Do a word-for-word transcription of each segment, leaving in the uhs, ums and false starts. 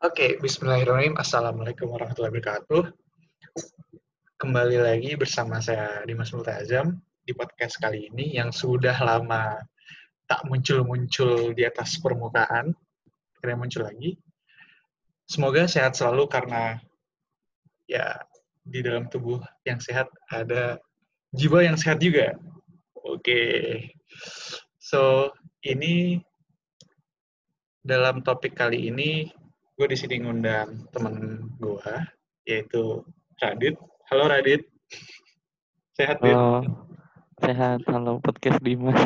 Oke, bismillahirrahmanirrahim. Assalamualaikum warahmatullahi wabarakatuh. Kembali lagi bersama saya Dimas Multazam di podcast kali ini yang sudah lama tak muncul-muncul di atas permukaan. Akhirnya muncul lagi. Semoga sehat selalu karena ya di dalam tubuh yang sehat ada jiwa yang sehat juga. Oke. So, ini dalam topik kali ini gue di sini ngundang temen gue yaitu Radit. Halo Radit. Sehat, Dit? Halo, sehat. Halo, podcast Dimas.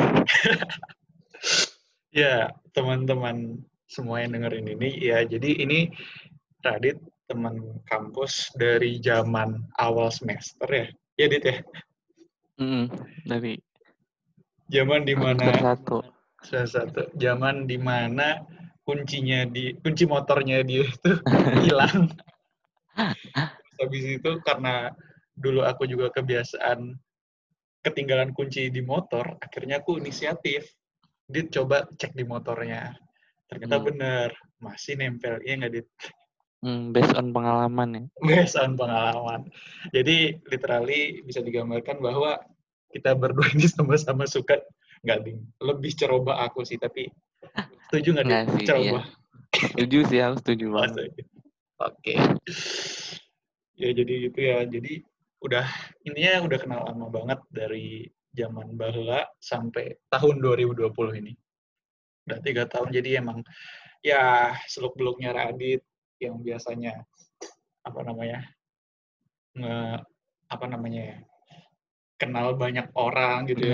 Ya, teman-teman semua yang dengerin ini, ya jadi ini Radit, teman kampus dari zaman awal semester ya. Ya, Dit ya? Mm, dari Zaman semester dimana, satu. salah satu, zaman dimana kuncinya di, kunci motornya dia itu hilang. Terus habis itu karena dulu aku juga kebiasaan ketinggalan kunci di motor, akhirnya aku inisiatif. Dit, coba cek di motornya. Ternyata Mm, benar, masih nempel. Iya nggak, Dit? mm, based on pengalaman ya. Based on pengalaman. Jadi, literally bisa digambarkan bahwa kita berdua ini sama-sama suka, nggak, Ding. Lebih ceroboh aku sih, tapi setuju nggak, Dit? Enggak sih, iya. Ceroboh. Setuju sih, aku setuju Oh, banget. setuju. Oke. Ya, jadi gitu ya. Jadi, udah, intinya udah kenal lama banget dari zaman bahula sampai tahun dua ribu dua puluh ini. Udah tiga tahun, jadi emang ya seluk-beluknya Radit yang biasanya apa namanya nge apa namanya ya kenal banyak orang gitu ya,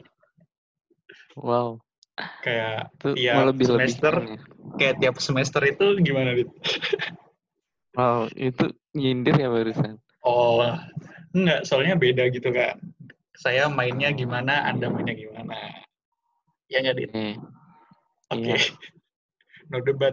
Wow, kayak itu tiap semester melebih-lebihkan ya. kayak tiap semester itu gimana, Dit? Wow, itu nyindir ya barusan. Oh, enggak, soalnya beda gitu kan, saya mainnya Oh, gimana, Anda mainnya gimana, ya nggak, Dit? oke, Oke. iya. No debat.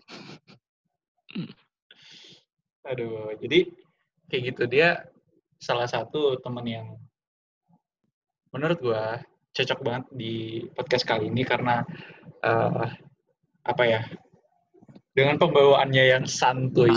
Aduh, jadi kayak gitu, dia salah satu teman yang menurut gua cocok banget di podcast kali ini karena uh, apa ya, dengan pembawaannya yang santuy,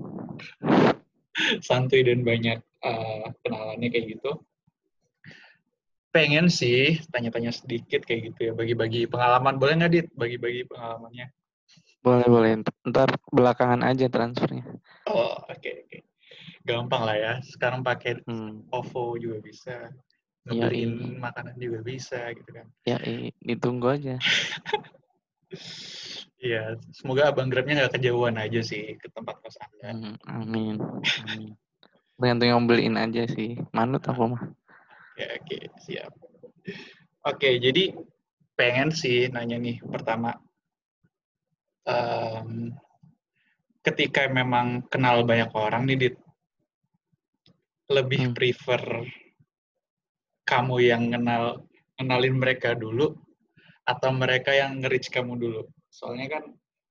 santuy dan banyak uh, kenalannya kayak gitu. Pengen sih tanya-tanya sedikit kayak gitu ya, bagi-bagi pengalaman. Boleh nggak, Dit? Bagi-bagi pengalamannya. Boleh, boleh. Ntar belakangan aja transfernya. Oh, oke, okay, oke. Okay. Gampang lah ya. Sekarang pakai Hmm, OVO juga bisa. iya, Ngebeliin iya. makanan juga bisa gitu kan. Ya, iya. Ditunggu aja. Iya, semoga abang Grabnya nggak kejauhan aja sih ke tempat kos Anda. Hmm, amin. Amin. Tergantung yang beliin aja sih. Manut Nah, aku mah. oke, oke, siap. Oke, jadi pengen sih nanya nih pertama, um, ketika memang kenal banyak orang nih, Dit, lebih Hmm. prefer kamu yang kenal kenalin mereka dulu atau mereka yang nge-reach kamu dulu? Soalnya kan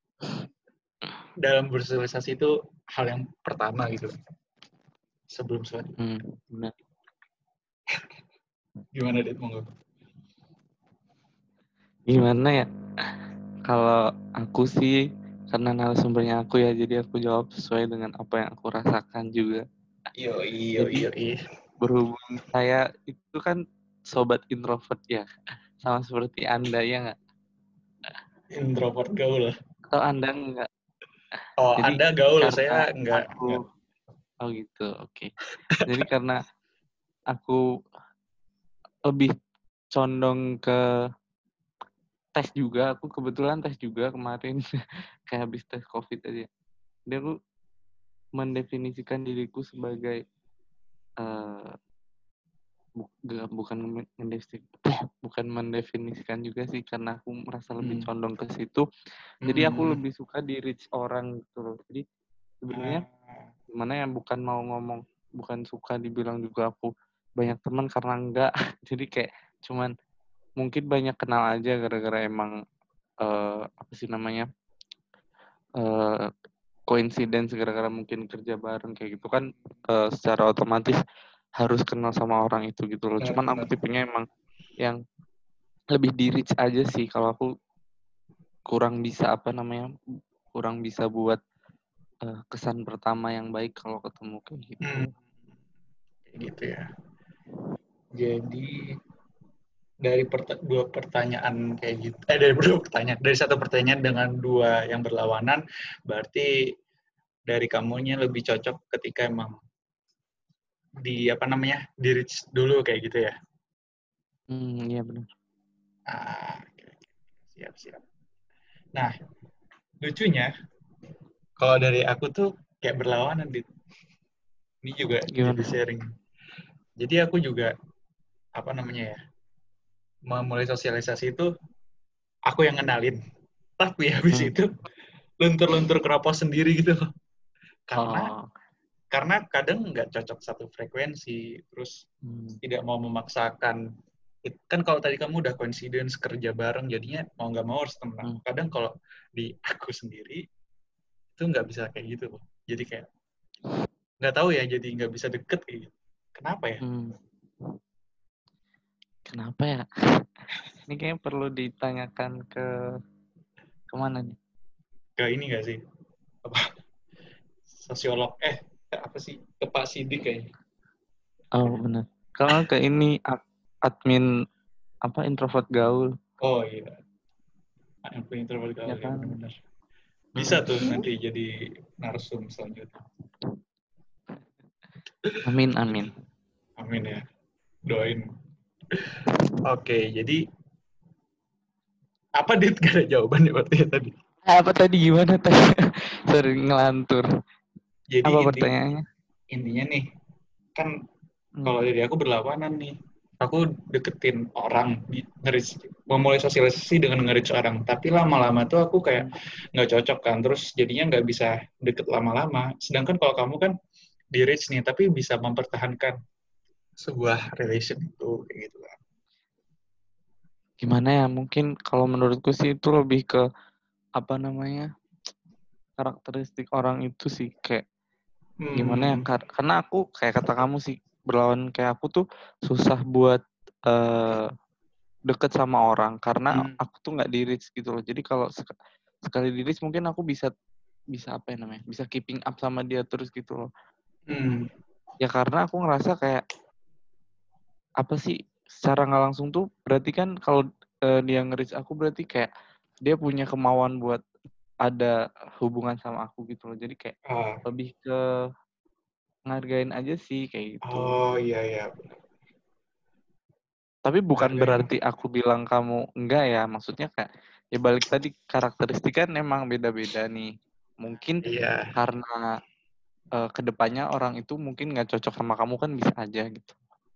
dalam bersosialisasi itu hal yang pertama gitu sebelum selanjutnya. Hmm, benar. Gimana, Dit? Monggo. Gimana ya? Kalau aku sih, karena narasumbernya aku ya, jadi aku jawab sesuai dengan apa yang aku rasakan juga. Iyo, iyo, Jadi iyo, iyo. berhubung saya itu kan sobat introvert ya, sama seperti Anda ya nggak? Introvert gaul. Atau Anda nggak? Oh, Jadi Anda gaul, karena saya enggak. aku, enggak. oh gitu, oke. Okay. Jadi karena aku lebih condong ke tes juga, aku kebetulan tes juga kemarin, kayak habis tes COVID aja. Jadi aku mendefinisikan diriku sebagai uh, bu, bukan mendefinisikan, bukan mendefinisikan juga sih karena aku merasa lebih Hmm. condong ke situ. Jadi aku Hmm. lebih suka di reach orang gitu loh. Jadi sebenarnya Ah. gimana ya, bukan mau ngomong, bukan suka dibilang juga aku banyak teman karena enggak. Jadi kayak cuman mungkin banyak kenal aja gara-gara emang uh, apa sih namanya? Uh, coincidence gara-gara mungkin kerja bareng kayak gitu kan, uh, secara otomatis harus kenal sama orang itu gitu loh. Cuman aku Benar-benar. tipenya emang yang lebih di reach aja sih. Kalau aku kurang bisa apa namanya, kurang bisa buat uh, kesan pertama yang baik kalau ketemu kayak gitu. Hmm, kayak gitu ya. Jadi dari pert- dua pertanyaan kayak gitu, eh dari dua pertanyaan, dari satu pertanyaan dengan dua yang berlawanan, berarti dari kamunya lebih cocok ketika emang di apa namanya di reach dulu kayak gitu ya. Hmm, iya benar. Ah, siap siap. Nah, lucunya kalau dari aku tuh kayak berlawanan, Dit. Ini juga jadi Gimana? sharing. Jadi aku juga apa namanya ya, memulai sosialisasi itu aku yang kenalin. Tapi habis Hmm. itu luntur-luntur keropos sendiri gitu loh. Karena Oh. karena kadang nggak cocok satu frekuensi, terus Hmm. tidak mau memaksakan. Kan kalau tadi kamu udah coincidence kerja bareng, jadinya mau nggak mau harus temenan. Hmm. Kadang kalau di aku sendiri itu nggak bisa kayak gitu loh. Jadi kayak nggak tahu ya, jadi nggak bisa deket kayak gitu. Kenapa ya? Hmm. Kenapa ya? Ini kayaknya perlu ditanyakan ke kemana nih? Ke ini nggak sih? Apa sosiolog? Eh apa sih? Ke Pak Sidik kayaknya. Oh benar. Kalau ke ini ad- admin apa introvert gaul, Oh iya, yang punya introvert ya gaul ya kan? benar-benar. Bisa tuh Mm-mm. nanti jadi narsum selanjutnya. Amin amin. Amin ya. Doain. Oke, jadi apa Dit? Gak ada jawaban ya berarti ya tadi. Apa tadi gimana tadi? Sorry ngelantur. Apa Jadi inti pertanyaannya? intinya nih, kan Hmm. kalau dari aku berlawanan nih. Aku deketin orang, nge-reach, memulai sosialisasi dengan nge-reach orang. Tapi lama-lama tuh aku kayak Hmm. nggak cocok kan, terus jadinya nggak bisa deket lama-lama. Sedangkan kalau kamu kan di-reach nih, tapi bisa mempertahankan sebuah relation itu, kayak gitu kan. Gimana ya? Mungkin kalau menurutku sih itu lebih ke apa namanya karakteristik orang itu sih kayak gimana ya? Hmm, Kar- Karena aku kayak kata kamu sih berlawan kayak aku tuh susah buat eh, deket sama orang karena hmm, aku tuh nggak di-reach gitu loh. Jadi kalau sek- sekali di-reach mungkin aku bisa bisa apa ya namanya? Bisa keeping up sama dia terus gitu loh. hmm. Ya karena aku ngerasa kayak apa sih secara nggak langsung tuh berarti kan kalau eh, dia nge-reach aku berarti kayak dia punya kemauan buat ada hubungan sama aku gitu loh. Jadi kayak Ah, lebih ke ngargain aja sih kayak gitu. oh iya iya, Tapi bukan hargain. berarti aku bilang kamu enggak ya. Maksudnya kayak ya balik tadi karakteristik kan emang beda-beda nih. Mungkin Iya. karena eh, kedepannya orang itu mungkin nggak cocok sama kamu kan bisa aja gitu.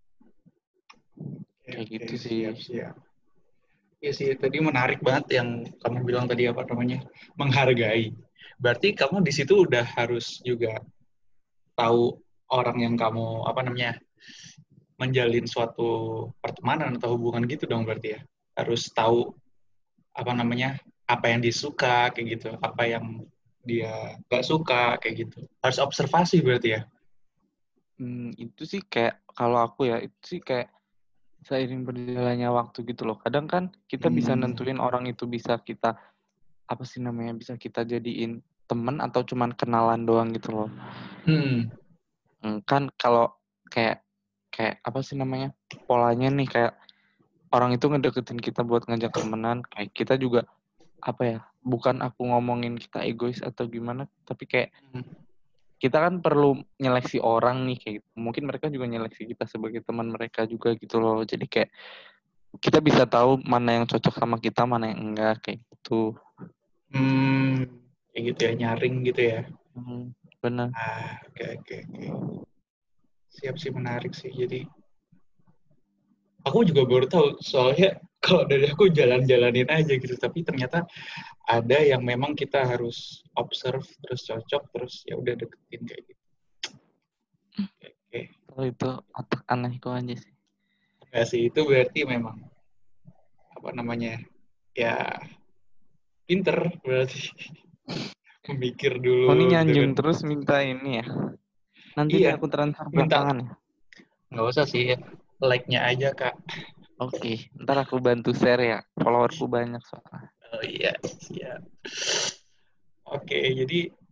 Oke, Kayak oke, gitu sih. siap, siap. Iya sih, tadi menarik banget yang kamu bilang tadi apa namanya, menghargai. Berarti kamu di situ udah harus juga tahu orang yang kamu apa namanya menjalin suatu pertemanan atau hubungan gitu dong berarti ya. Harus tahu apa namanya apa yang disuka kayak gitu, apa yang dia gak suka kayak gitu. Harus observasi berarti ya. Hmm, itu sih kayak kalau aku ya itu sih kayak seiring berjalannya waktu gitu loh. Kadang kan kita bisa Hmm, nentuin orang itu bisa kita apa sih namanya bisa kita jadiin teman atau cuman kenalan doang gitu loh. hmm, Hmm, kan kalau kayak kayak apa sih namanya polanya nih kayak orang itu ngedeketin kita buat ngajak temenan kayak kita juga apa ya bukan aku ngomongin kita egois atau gimana tapi kayak hmm. kita kan perlu nyeleksi orang nih kayak gitu. Mungkin mereka juga nyeleksi kita sebagai teman mereka juga gitu loh jadi kayak kita bisa tahu mana yang cocok sama kita mana yang enggak kayak gitu. Hmm, kayak gitu ya, nyaring gitu ya. Hmm, benar. Ah, oke, oke, oke. Siap sih, menarik sih. Jadi aku juga baru tahu soalnya kalau dari aku jalan-jalanin aja gitu, tapi ternyata ada yang memang kita harus observe terus cocok terus ya udah deketin kayak gitu. Oke, oke. Kalau itu otak anehku aja sih. Enggak sih, itu berarti memang apa namanya ya pinter berarti memikir Oh ini dulu gitu kan. nyanjung terus minta ini ya. Nanti Iya, deh aku transfer minta belakangan ya. nggak usah sih, like-nya aja Kak. Oke, ntar aku bantu share ya. Followerku banyak soalnya. Oh iya, siap. Oke, jadi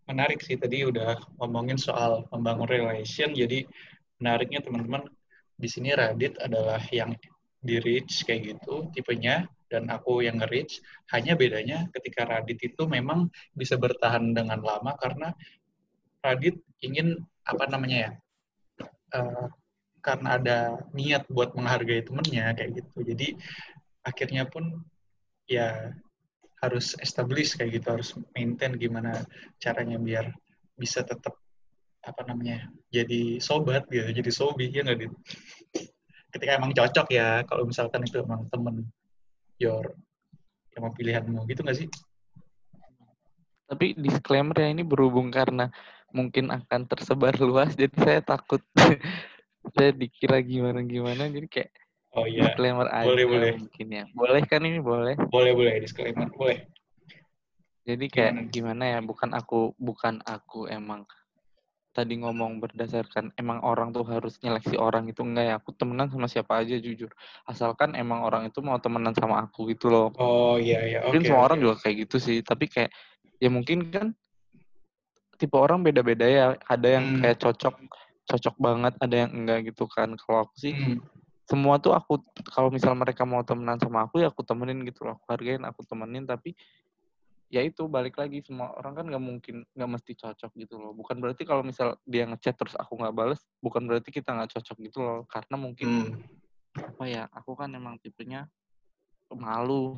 menarik sih, tadi udah ngomongin soal membangun relation, jadi menariknya teman-teman, di sini Radit adalah yang di reach kayak gitu tipenya, dan aku yang nge-reach. Hanya bedanya ketika Radit itu memang bisa bertahan dengan lama karena Radit ingin apa namanya ya, uh, karena ada niat buat menghargai temennya kayak gitu. Jadi akhirnya pun ya harus establish kayak gitu, harus maintain gimana caranya biar bisa tetap apa namanya jadi sobat gitu, jadi sobi ya nggak, Dit? Ketika emang cocok ya, kalau misalkan itu emang temen your emang pilihanmu gitu nggak sih? Tapi disclaimer ya, ini berhubung karena mungkin akan tersebar luas, jadi saya takut saya dikira gimana-gimana, jadi kayak Oh iya, disclaimer boleh aja boleh mungkin ya. Boleh kan ini? Boleh. boleh boleh disclaimer boleh. Jadi kayak Gimana? gimana ya, bukan aku bukan aku emang tadi ngomong berdasarkan emang orang tuh harus nyeleksi orang itu, enggak ya. Aku temenan sama siapa aja jujur. Asalkan emang orang itu mau temenan sama aku gitu loh. Oh iya iya, Mungkin oke semua oke. orang juga kayak gitu sih, tapi kayak ya mungkin kan tipe orang beda-beda ya. Ada yang Hmm, kayak cocok cocok banget, ada yang enggak gitu kan. Kalau aku sih hmm, semua tuh aku, kalau misal mereka mau temenan sama aku ya aku temenin gitu loh. Aku hargain, aku temenin, tapi ya itu balik lagi, semua orang kan nggak mungkin nggak mesti cocok gitu loh. Bukan berarti kalau misal dia ngechat terus aku nggak bales, bukan berarti kita nggak cocok gitu loh. Karena mungkin hmm. apa ya, aku kan emang tipenya pemalu.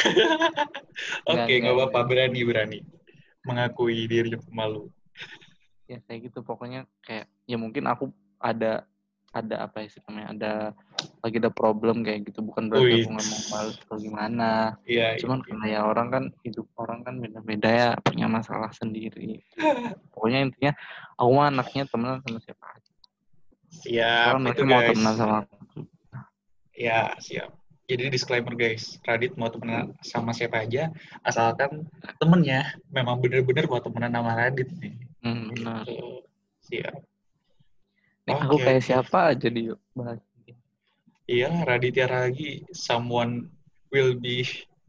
nggak Oke, nggak nggak apa-apa, nggak berani berani mengakui dirinya pemalu. ya kayak gitu pokoknya. Kayak ya mungkin aku ada ada apa ya sih namanya, ada lagi ada problem kayak gitu, bukan berarti Wih, aku nggak mau bales atau gimana. iya iya Cuman iya. karena ya orang kan, hidup orang kan beda-beda ya, punya masalah sendiri. Pokoknya intinya aku mah anaknya temenan sama siapa aja. Siap Soalnya itu mereka mau guys. temenan sama aku. Ya, siap. Jadi disclaimer guys, Radit mau temenan sama siapa aja, asalkan temennya memang bener-bener mau temenan sama Radit nih. Hmm, benar. Gitu. Siap. Nih aku Oke, kayak oke. siapa aja di bahas. Iya, Raditya lagi, someone will be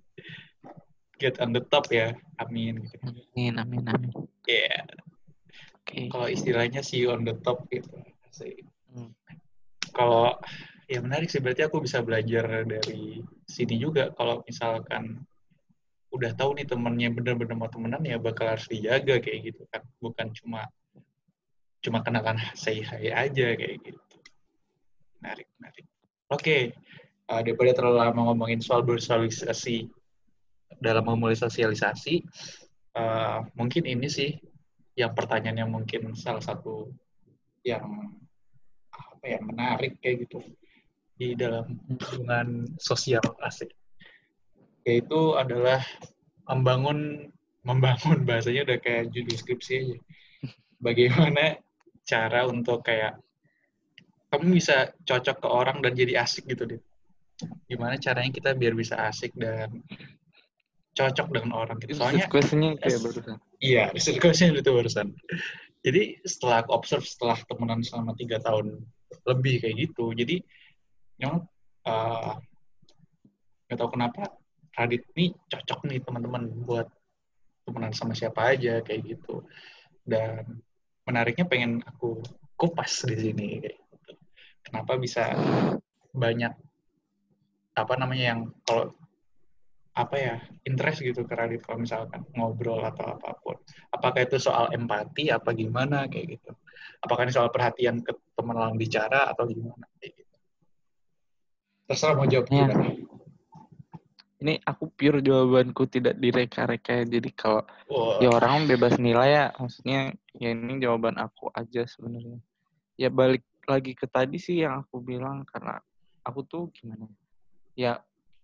get on the top ya. Amin. Gitu. Amin, amin, amin. Ya, yeah. Oke. Kalau istilahnya see you on the top gitu. Asik. Hmm. Kalau ya menarik sih, berarti aku bisa belajar dari sini juga. Kalau misalkan udah tahu nih temennya bener-bener mau temenan, ya bakal harus dijaga kayak gitu kan, bukan cuma cuma kenalan say hi aja kayak gitu. Menarik, menarik. Oke, okay. uh, daripada terlalu lama ngomongin soal bersosialisasi dalam memulai sosialisasi, uh, mungkin ini sih yang pertanyaannya mungkin salah satu yang apa ya, menarik kayak gitu di dalam hubungan sosial, asik, yaitu adalah membangun membangun bahasanya udah kayak judul skripsi aja. Bagaimana cara untuk kayak kamu bisa cocok ke orang dan jadi asik gitu deh. Gimana caranya kita biar bisa asik dan cocok dengan orang gitu. Itu Soalnya questionnya kayak es, barusan. iya, question itu barusan. Jadi setelah aku observe, setelah temenan selama tiga tahun lebih kayak gitu, jadi memang uh, nggak tahu kenapa Radit nih cocok nih teman-teman buat temenan sama siapa aja kayak gitu. Dan menariknya pengen aku kupas di sini kayak gitu. Kenapa bisa banyak apa namanya yang kalau apa ya interest gitu ke Radit kalau misalkan ngobrol atau apapun. Apakah itu soal empati apa gimana kayak gitu. Apakah ini soal perhatian ke teman lawan bicara atau gimana kayak gitu. Terserah mau jawab Ya, gimana. ini aku pure jawabanku tidak direka-reka. Jadi kalau Wah, ya orang bebas nilai ya, maksudnya ya ini jawaban aku aja sebenarnya. Ya balik lagi ke tadi sih yang aku bilang, karena aku tuh gimana ya,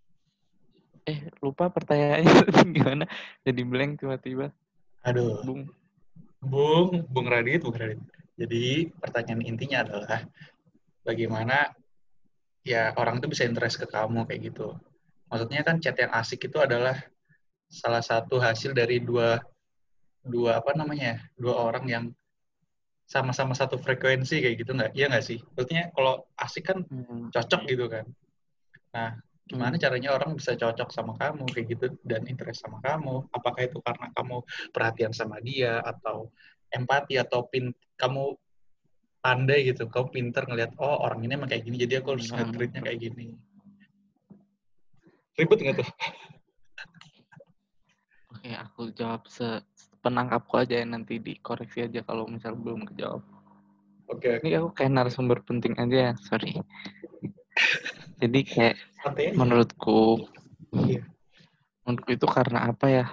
eh lupa pertanyaannya gimana, jadi blank tiba-tiba. aduh, Bung. Bung, Bung Radit, Bung Radit. Jadi pertanyaan intinya adalah bagaimana ya orang itu bisa interest ke kamu kayak gitu. Maksudnya kan chat yang asik itu adalah salah satu hasil dari dua dua apa namanya dua orang yang sama-sama satu frekuensi kayak gitu nggak? Iya nggak sih? Maksudnya kalau asik kan Hmm, cocok ya. gitu kan. Nah, gimana Hmm. caranya orang bisa cocok sama kamu kayak gitu dan interest sama kamu. Apakah itu karena kamu perhatian sama dia atau empati atau pin kamu pandai gitu, kamu pinter ngelihat oh orang ini emang kayak gini jadi aku harus Enggak, enggak. nge-treatnya kayak gini. Ribet nggak tuh? Oke, aku jawab sepenangkapku aja ya, nanti dikoreksi aja kalau misal belum kejawab. Oke Ini oke. aku kayak narasumber penting aja ya, sorry. Jadi kayak Santai aja. menurutku, Iya. menurutku itu karena apa ya?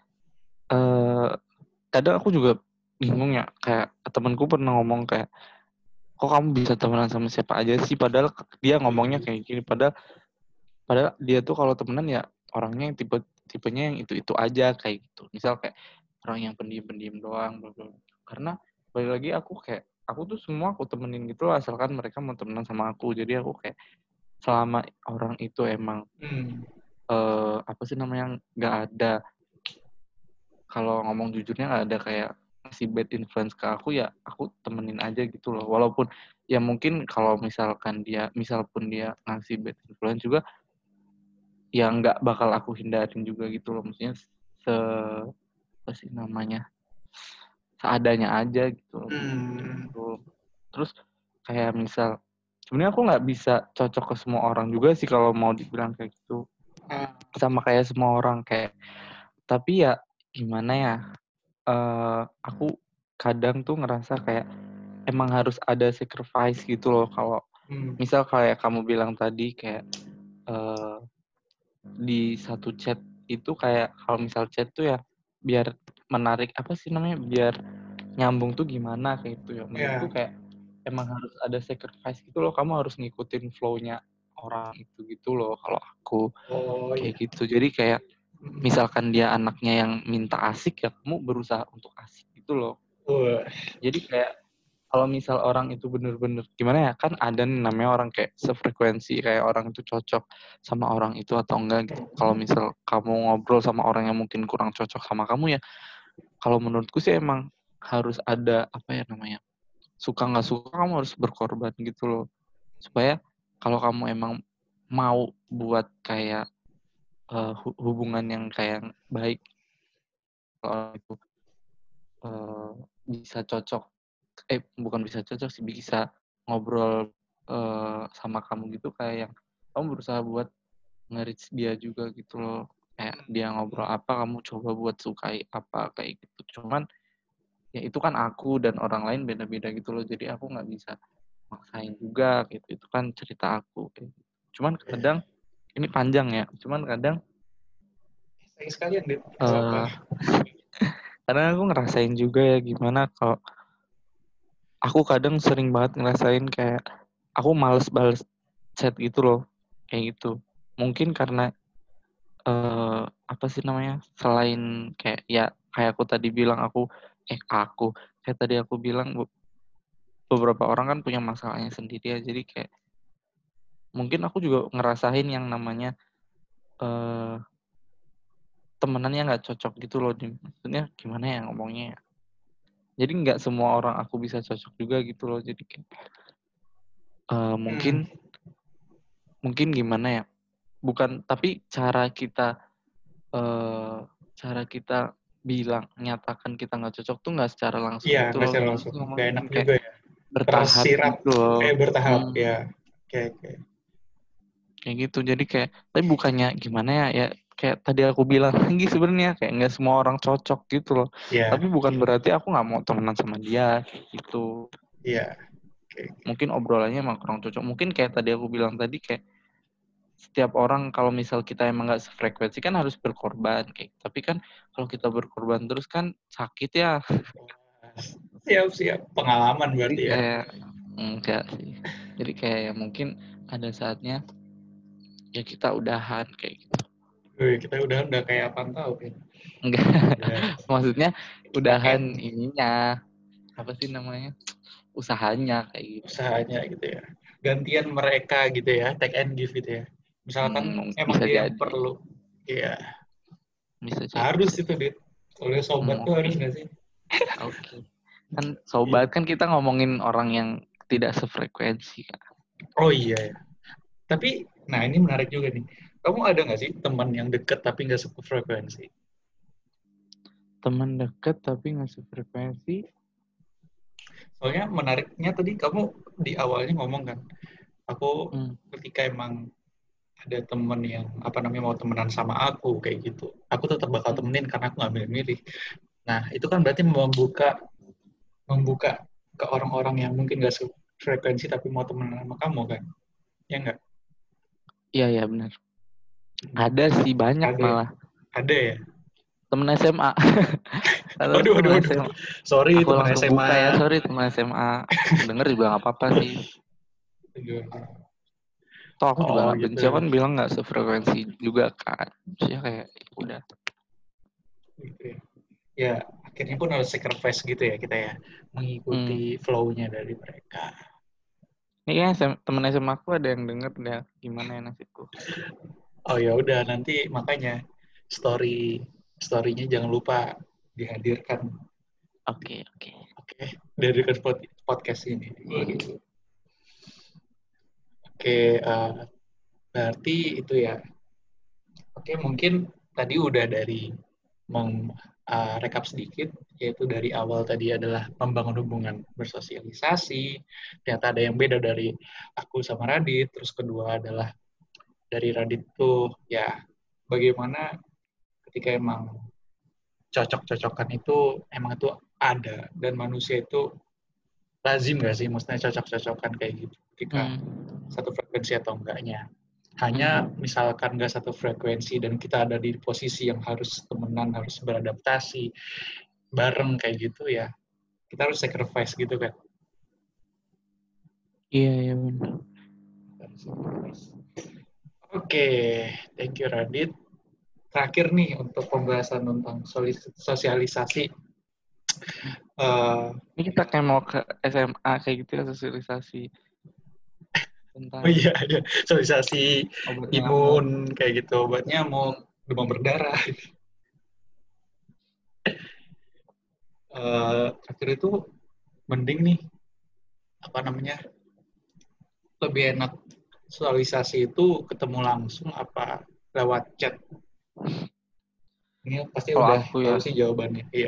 Eh, kadang aku juga bingung ya, kayak temanku pernah ngomong kayak, kok kamu bisa temenan sama siapa aja sih? Padahal dia ngomongnya kayak gini, padahal padahal dia tuh kalau temenan ya orangnya yang tipe tipenya yang itu itu aja kayak gitu. Misal kayak orang yang pendiam-pendiam doang, bla bla. Karena balik lagi aku kayak aku tuh semua aku temenin gitu loh, asalkan mereka mau temenan sama aku. Jadi aku kayak selama orang itu emang Hmm. eh, apa sih namanya nggak ada, kalau ngomong jujurnya nggak ada kayak ngasih bad influence ke aku, ya aku temenin aja gitu loh. Walaupun ya mungkin kalau misalkan dia misal pun dia ngasih bad influence juga, ya nggak bakal aku hindarin juga gitu loh. Maksudnya se apa sih namanya, seadanya aja gitu loh. Hmm. Gitu. Terus kayak misal sebenarnya aku nggak bisa cocok ke semua orang juga sih kalau mau dibilang kayak gitu, Ah. sama kayak semua orang kayak, tapi ya gimana ya, eh aku kadang tuh ngerasa kayak emang harus ada sacrifice gitu loh. Kalau Hmm. misal kayak kamu bilang tadi kayak eh, di satu chat itu kayak kalau misal chat tuh ya biar menarik apa sih namanya, biar nyambung tuh gimana kayak gitu ya. Menurutku Ya. kayak emang harus ada sacrifice gitu loh. Kamu harus ngikutin flow-nya orang itu gitu loh kalau aku Oh kayak iya. gitu. Jadi kayak Hmm. misalkan dia anaknya yang minta asik, ya kamu berusaha untuk asik gitu loh. Wah. Jadi kayak kalau misal orang itu bener-bener gimana ya, kan ada nih namanya orang kayak sefrekuensi, kayak orang itu cocok sama orang itu atau enggak gitu. Kalau misal kamu ngobrol sama orang yang mungkin kurang cocok sama kamu ya, kalau menurutku sih emang harus ada apa ya namanya, suka nggak suka kamu harus berkorban gitu loh, supaya kalau kamu emang mau buat kayak eh, hu- hubungan yang kayak baik, kalau itu eh, bisa cocok, eh bukan bisa cocok sih, bisa ngobrol eh, sama kamu gitu, kayak yang kamu berusaha buat nge-reach dia juga gitu loh. Kayak dia ngobrol apa kamu coba buat sukai apa kayak gitu. Cuman ya itu kan aku dan orang lain beda-beda gitu loh. Jadi aku nggak bisa maksain juga gitu. Itu kan cerita aku kayak gitu. Cuman kadang ini panjang ya. Cuman kadang Sayang sekalian, Dit. Gak apa-apa. eh kadang aku ngerasain juga ya gimana kalau aku kadang sering banget ngerasain kayak aku males bales chat gitu loh, kayak gitu. Mungkin karena eh apa sih namanya, selain kayak ya kayak aku tadi bilang aku eh aku kayak tadi aku bilang be- beberapa orang kan punya masalahnya sendiri ya, jadi kayak mungkin aku juga ngerasain yang namanya eh temenannya nggak cocok gitu loh. Di- maksudnya gimana ya ngomongnya ya, jadi nggak semua orang aku bisa cocok juga gitu loh. Jadi kayak eh, Hmm. mungkin mungkin gimana ya, bukan, tapi cara kita eh cara kita bilang nyatakan kita nggak cocok tuh nggak secara langsung Iya, gitu nggak loh. secara Gimana langsung. sih Gak ngomongnya, enak mungkin kayak juga ya. bertahap Tersirat, gitu loh. kayak bertahap. Hmm, Ya, oke, oke. kayak gitu. Jadi kayak tapi bukannya gimana ya, ya kayak tadi aku bilang lagi sebenarnya kayak nggak semua orang cocok gitu loh. Iya, Tapi bukan berarti aku nggak mau temenan sama dia kayak gitu. iya. Oke. Mungkin obrolannya emang kurang cocok. Mungkin kayak tadi aku bilang tadi kayak setiap orang kalau misal kita emang nggak sefrekuensi kan harus berkorban kayak. Tapi kan kalau kita berkorban terus kan sakit ya. Siap, siap. Pengalaman Jadi berarti ya. kayak enggak sih. Jadi kayak ya mungkin ada saatnya ya kita udahan kayak gitu. Wih, kita udah udah kayak apa tahu kan. Enggak. Udah Maksudnya kita udahan end ininya apa sih namanya? Usahanya kayak gitu. usahanya gitu ya. Gantian mereka gitu ya, take and give gitu ya. Misalkan Hmm, emang bisa dia yang jadi. perlu, ya Bisa jadi, harus bisa itu, jadi. Dit. Kalau sobat Hmm, tuh oke. harus nggak sih? Oke. Kan Iya. sobat kan kita ngomongin orang yang tidak sefrekuensi kan. Oh iya ya. Tapi Nah, ini menarik juga nih. Kamu ada nggak sih teman yang deket tapi nggak sefrekuensi? Teman dekat tapi nggak sefrekuensi. Soalnya menariknya tadi kamu di awalnya ngomong kan, aku Hmm. ketika emang ada temen yang apa namanya mau temenan sama aku kayak gitu, aku tetap bakal Hmm. temenin karena aku nggak milih-milih. Nah, itu kan berarti membuka membuka ke orang-orang yang mungkin nggak sefrekuensi tapi mau temenan sama kamu kan? Ya nggak? Iya, iya benar. Hmm. Ada sih banyak Ada ya? malah. Ada ya? Temen S M A. Ada Waduh, temen waduh, waduh. S M A. Sorry, Aku teman langsung buka ya, S M A. sorry temen S M A. Denger juga nggak apa-apa sih. Toh aku juga Oh nggak benci, aku gitu. kan bilang nggak sefrekuensi juga kan. Maksudnya kayak ya udah. Gitu ya. Ya, akhirnya pun harus sacrifice gitu ya kita ya, Hmm. mengikuti flow-nya dari mereka. Ini kayaknya temen S M A aku ada yang denger deh gimana ya nasibku. Oh ya udah, nanti makanya story story-nya jangan lupa dihadirkan. Oke, oke. Oke, dari podcast ini. Oke, uh, berarti itu ya. Oke, mungkin tadi udah dari meng, uh, rekap sedikit, yaitu dari awal tadi adalah membangun hubungan bersosialisasi. Ternyata ada yang beda dari aku sama Radit. Terus kedua adalah dari Radit tuh ya bagaimana ketika emang cocok-cocokan itu emang itu ada dan manusia itu lazim nggak sih maksudnya cocok-cocokan kayak gitu ketika Hmm. satu frekuensi atau enggaknya. Hanya Hmm. misalkan nggak satu frekuensi dan kita ada di posisi yang harus temenan, harus beradaptasi bareng kayak gitu ya, kita harus sacrifice gitu kan. Iya, iya benar. Oke, thank you Radit. Terakhir nih untuk pembahasan tentang sosialisasi. Uh, Ini kita kayak mau ke S M A kayak gitu ya, sosialisasi oh tentang iya, iya, sosialisasi obat nyamuk. imun kayak gitu, obat nyamuk, demam berdarah. Uh, terakhir itu mending nih apa namanya lebih enak sosialisasi itu ketemu langsung apa lewat chat? Ini pasti Kalau udah aku tahu ya, sih jawabannya. Iya,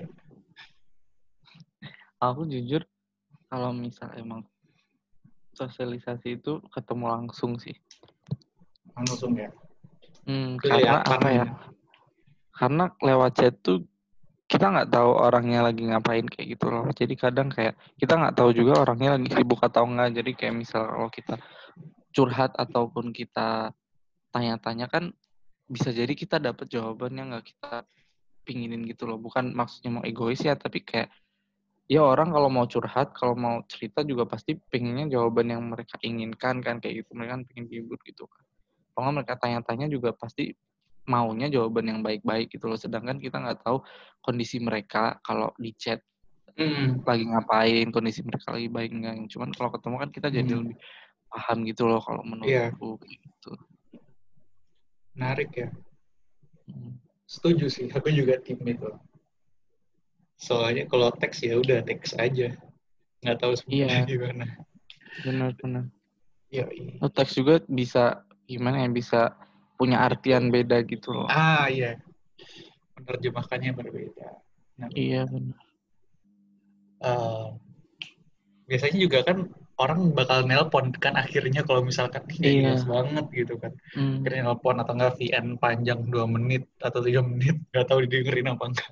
aku jujur kalau misal emang sosialisasi itu ketemu langsung sih. langsung ya. Hmm, karena Kelihatan apa ya? ya. Karena lewat chat tuh kita nggak tahu orangnya lagi ngapain kayak gitu loh. Jadi kadang kayak kita nggak tahu juga orangnya lagi sibuk atau enggak. Jadi kayak misal kalau kita curhat ataupun kita tanya-tanya kan bisa jadi kita dapat jawaban yang nggak kita pinginin gitu loh. Bukan maksudnya mau egois ya, tapi kayak ya orang kalau mau curhat, kalau mau cerita juga pasti pengennya jawaban yang mereka inginkan kan kayak gitu. Mereka kan pengen ribut gitu kan. Kalau nggak mereka tanya-tanya juga pasti maunya jawaban yang baik-baik gitu loh. Sedangkan kita nggak tahu kondisi mereka kalau di chat Hmm. lagi ngapain, kondisi mereka lagi baik enggak. Cuman kalau ketemu kan kita jadi Hmm. lebih paham gitu loh kalau Iya, menurutku kayak gitu. menarik ya. Hmm. Setuju sih, aku juga tim itu. Soalnya kalau teks ya udah teks aja, nggak tahu sebenarnya Iya, gimana. benar-benar. Iya, iya. Oh, teks juga bisa gimana ya, bisa punya Itu. artian beda gitu loh. Ah, iya. Menerjemahkannya berbeda. Nah, Iya, benar. uh, biasanya juga kan orang bakal nelpon kan akhirnya kalau misalkan ini nggak jelas Iya. banget gitu kan. Hmm. Akhirnya nelpon atau nggak V N panjang dua menit atau tiga menit, nggak tahu didengerin apa enggak.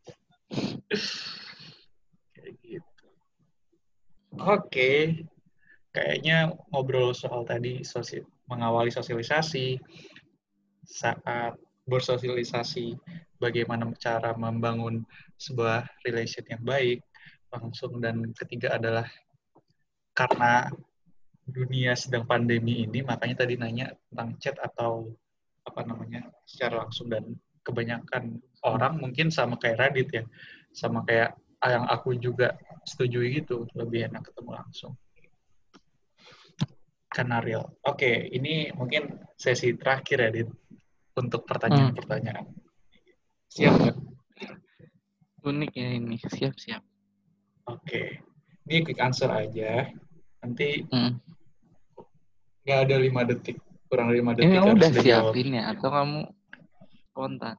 Kayak gitu. Oke, kayaknya ngobrol soal tadi sosi mengawali sosialisasi, saat bersosialisasi, bagaimana cara membangun sebuah relation yang baik, langsung, dan ketiga adalah karena dunia sedang pandemi ini, makanya tadi nanya tentang chat atau apa namanya secara langsung, dan kebanyakan orang mungkin sama kayak Radit ya, sama kayak yang aku juga setujui gitu, lebih enak ketemu langsung. Karena real. Oke, ini mungkin sesi terakhir ya, Dit, untuk Hmm. pertanyaan-pertanyaan. Siap nggak? Unik ya ini. Siap-siap. Oke. Ini quick answer aja. Nanti Hmm. nggak ada lima detik. Kurang dari lima Ini detik kamu harus udah udah jawab. siapin ya atau kamu spontan?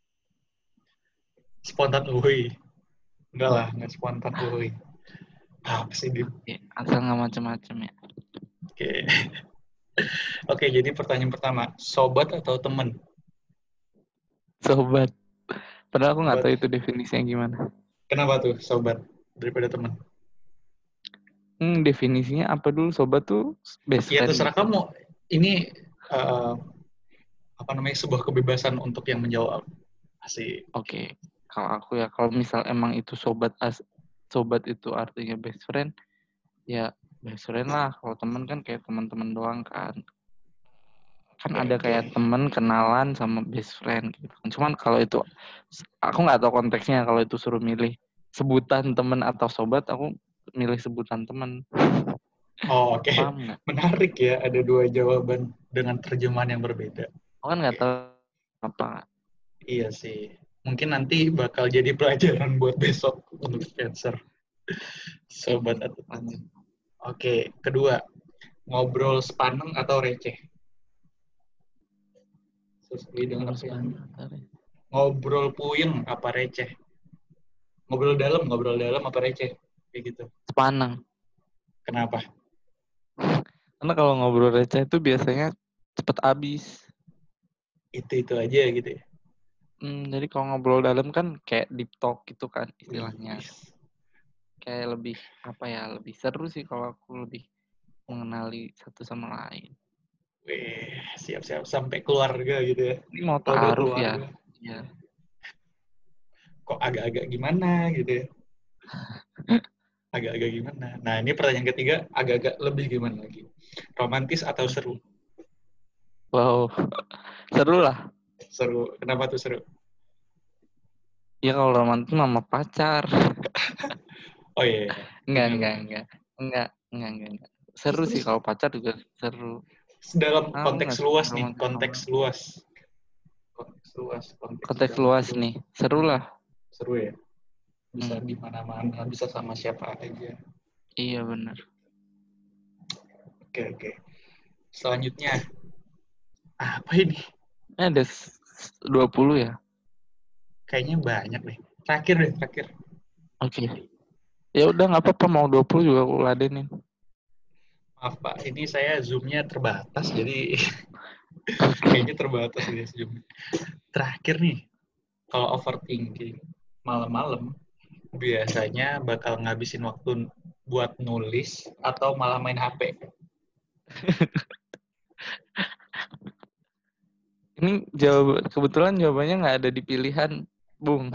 Spontan uhui. Enggak lah, enggak spontan uhui. Apa sih, Dit? Oke, asal nggak macam-macam ya. Oke. Oke, jadi pertanyaan pertama, sobat atau teman? Sobat. Padahal aku nggak Sobat. tahu itu definisinya gimana. Kenapa tuh sobat daripada teman? Hmm, definisinya apa dulu? Sobat tuh best Ya friend terserah gitu. kamu. Ini uh, apa namanya sebuah kebebasan untuk yang menjawab. Asik. Oke, kalau aku ya, kalau misal emang itu sobat as, sobat itu artinya best friend, ya best friend lah. Kalau teman kan kayak teman-teman doang kan. Kan Oke, ada oke. kayak teman kenalan sama best friend gitu. Cuman kalau itu, aku nggak tahu konteksnya. Kalau itu suruh milih sebutan teman atau sobat, aku milih sebutan teman. Oh, oke. Paham nggak? Menarik ya, ada dua jawaban dengan terjemahan yang berbeda. Aku kan nggak Oke. tahu apa. Iya sih. Mungkin nanti bakal jadi pelajaran buat besok untuk Spencer. Sobat Oke, atau teman. lanjut. Oke, kedua, ngobrol sepaneng atau receh? Sesuai dengan Ngobrol apa yang sebentar ya. ngobrol puyeng apa receh? Ngobrol dalam, ngobrol dalam apa receh? Kayak gitu. Sepaneng. Kenapa? Karena kalau ngobrol receh itu biasanya cepet habis. Itu-itu aja gitu ya. Hmm, jadi kalau ngobrol dalam kan kayak deep talk gitu kan istilahnya. Wih. Kayak lebih apa ya, lebih seru sih kalau aku lebih mengenali satu sama lain. Wih, siap-siap sampai keluarga gitu ya. Ini mau Kalau ta'aruf ya. berkeluarga, Ya. kok agak-agak gimana gitu ya. Agak-agak gimana. Nah, ini pertanyaan ketiga, agak-agak lebih gimana lagi. Romantis atau seru? Oke. Wow. Seru lah. Seru. Kenapa tuh seru? Ya kalau romantis sama pacar. Oh iya, iya. Enggak, enggak, Benar-benar. enggak. Enggak, enggak, enggak, enggak. Terus, Seru sih terus kalau pacar juga seru. dalam Aku konteks nggak suka luas nih, romantis konteks sama luas. Konteks luas, konteks konteks dalam luas hidup. nih. Seru Hmm, lah. seru ya. Bisa Hmm, di mana-mana, bisa sama siapa aja. iya benar. Oke, oke. Selanjutnya, apa ini? Eh, ada s- dua puluh ya? Kayaknya banyak deh. Terakhir deh, terakhir. Oke. Ya udah nggak apa-apa, mau dua puluh juga aku ladenin. Maaf Pak, ini saya zoom-nya terbatas, jadi Oke. kayaknya terbatas deh zoom. Terakhir nih, kalau overthinking malam-malam, biasanya bakal ngabisin waktu buat nulis atau malah main H P. Ini jawab kebetulan jawabannya nggak ada di pilihan, Bung.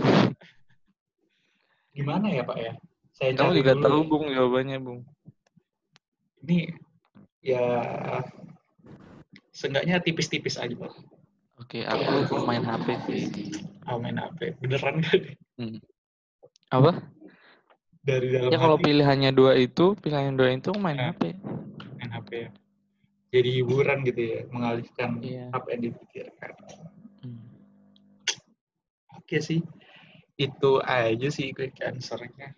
Gimana ya Pak ya? Saya Kamu cari juga dulu tahu, ya. Bung, jawabannya, Bung. Ini ya seenggaknya tipis-tipis aja Pak. Oke, aku main H P sih. Ah, main H P. Beneran gak nih? Hmm. Apa? Dari dalam Ya kalau hati. pilihannya dua itu, pilihan dua itu main Nah, H P. main H P ya. Jadi hiburan gitu ya, mengalihkan Iya. apa yang dipikirkan. Hmm. Oke sih, itu aja sih quick answer-nya.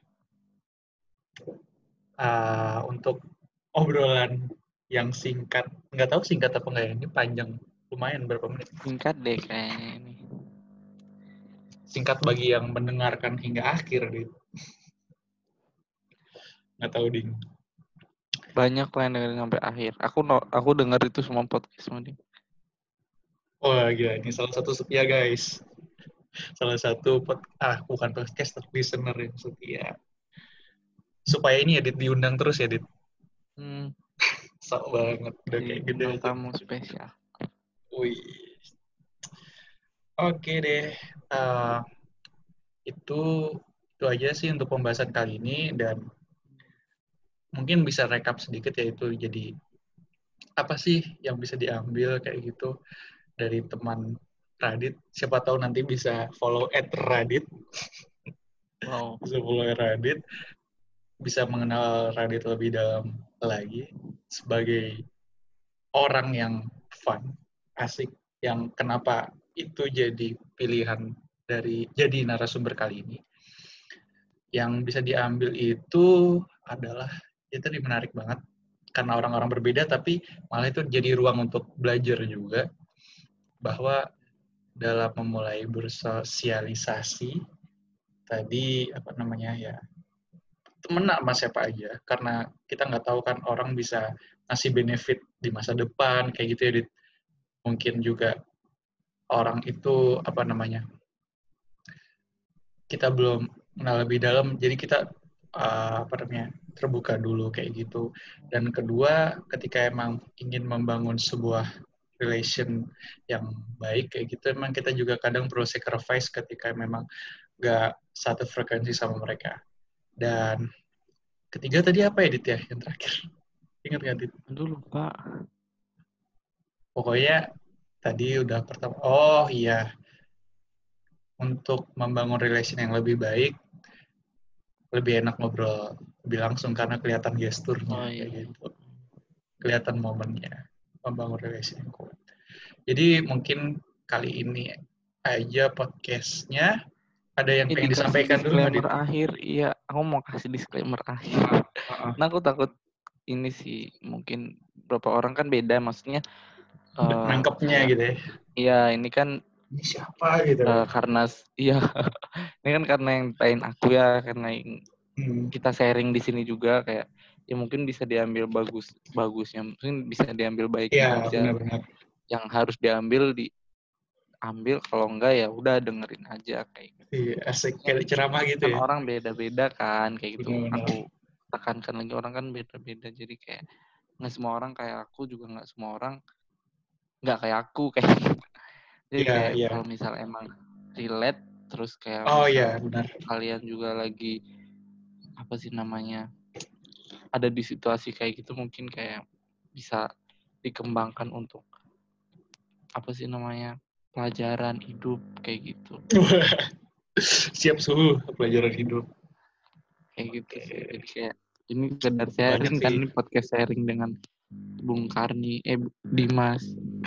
Uh, untuk obrolan yang singkat, nggak tahu singkat apa nggak ya, ini panjang, lumayan berapa menit. Singkat deh kayaknya ini. Singkat bagi yang mendengarkan hingga akhir, deh. Nggak tahu, Ding. Banyak lah yang dengerin sampai akhir. Aku no, aku denger itu semua podcast Ding. Oh gila, ini salah satu setia guys. Salah satu, pod, ah bukan podcast, listener yang setia. Supaya ini edit diundang terus ya, Dit. Hmm, Sok banget, udah di kayak gede bintang aja. tamu spesial. Wih. Oke deh. Uh, itu itu aja sih untuk pembahasan kali ini, dan mungkin bisa rekap sedikit yaitu jadi apa sih yang bisa diambil kayak gitu dari teman Radit. Siapa tahu nanti bisa follow at Radit. Wow. Bisa follow at Radit. Bisa mengenal Radit lebih dalam lagi sebagai orang yang fun, asik, yang kenapa itu jadi pilihan dari jadi narasumber kali ini. Yang bisa diambil itu adalah, itu tadi menarik banget, karena orang-orang berbeda, tapi malah itu jadi ruang untuk belajar juga bahwa dalam memulai bersosialisasi tadi apa namanya ya temenan sama siapa aja, karena kita nggak tahu kan orang bisa ngasih benefit di masa depan kayak gitu ya, Dit. Mungkin juga orang itu apa namanya kita belum kenal lebih dalam, jadi kita uh, apa namanya terbuka dulu kayak gitu. Dan kedua, ketika emang ingin membangun sebuah relation yang baik kayak gitu, emang kita juga kadang perlu sacrifice ketika memang nggak satu frekuensi sama mereka. Dan ketiga tadi apa ya, Dit ya? Yang terakhir. Ingat nggak, Dit? Aduh, lupa. Pokoknya tadi udah pertama. Oh iya. Untuk membangun relation yang lebih baik, lebih enak ngobrol lebih langsung karena kelihatan gesturnya Oh kayak iya. gitu. Kelihatan momennya. Membangun relation yang kuat. Jadi mungkin kali ini aja podcastnya. Ada yang Ini pengen dikasih disampaikan dulu nggak, Dit? disclaimer akhir. Iya, aku mau kasih disclaimer akhir. Uh-uh. Nah, aku takut ini sih, mungkin beberapa orang kan beda, maksudnya. Uh, nangkepnya gitu ya. Iya, ini kan. Ini siapa gitu? Uh, karena, iya, ini kan karena yang tain aku ya, karena yang hmm. kita sharing di sini juga kayak, ya mungkin bisa diambil bagus, bagusnya, mungkin bisa diambil baiknya ya, aja. Benar-benar. Yang harus diambil di ambil, kalau enggak ya udah dengerin aja kayak gitu. Iya, asik kayak ceramah gitu Kan ya. orang beda-beda kan kayak gitu. Benar-benar. Aku tekankan lagi, orang kan beda-beda, jadi kayak nggak semua orang kayak aku, juga nggak semua orang nggak kayak aku kayak gitu. Jadi Iya, kayak iya. kalau misal emang relate, terus kayak Oh misal iya, benar. kalian juga lagi apa sih namanya ada di situasi kayak gitu, mungkin kayak bisa dikembangkan untuk apa sih namanya pelajaran hidup kayak gitu. Siap suhu pelajaran hidup. Kayak gitu sih. Jadi kayak ini sekedar sharing kan, ini podcast sharing dengan Bung Karni, eh Dimas.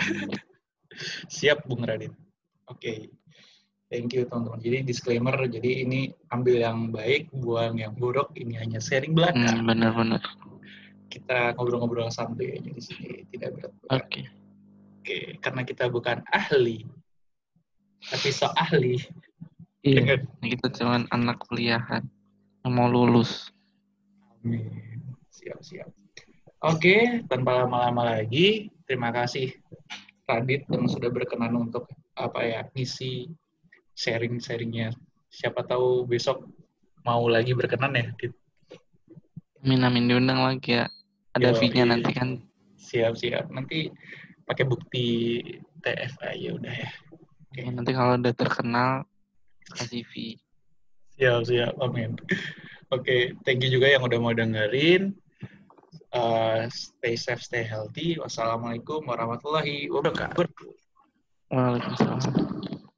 Siap Bung Radit. Oke. Okay. Thank you teman-teman. Jadi disclaimer, jadi ini ambil yang baik, buang yang buruk. Ini hanya sharing belaka. Hmm, benar-benar. Kita ngobrol-ngobrol santai aja di sini, tidak berat-berat. Oke. Okay. Oke, okay. Karena kita bukan ahli, tapi so ahli. Iya. Kita cuman anak kuliahan yang mau lulus. Amin. Siap-siap. Oke, okay. Tanpa lama-lama lagi, terima kasih Radit yang sudah berkenan untuk apa ya ngisi sharing-sharingnya. Siapa tahu besok mau lagi berkenan ya, Dit. Amin, amin, diundang lagi ya. Ada fee-nya nanti kan. Siap-siap. Nanti pakai bukti T F A ya udah ya. Okay. Ya, nanti kalau udah terkenal kasih fee. Siap-siap. Amin. Oke, okay. Thank you juga yang udah mau dengerin. Uh, stay safe, stay healthy. Wassalamualaikum warahmatullahi wabarakatuh. Waalaikumsalam.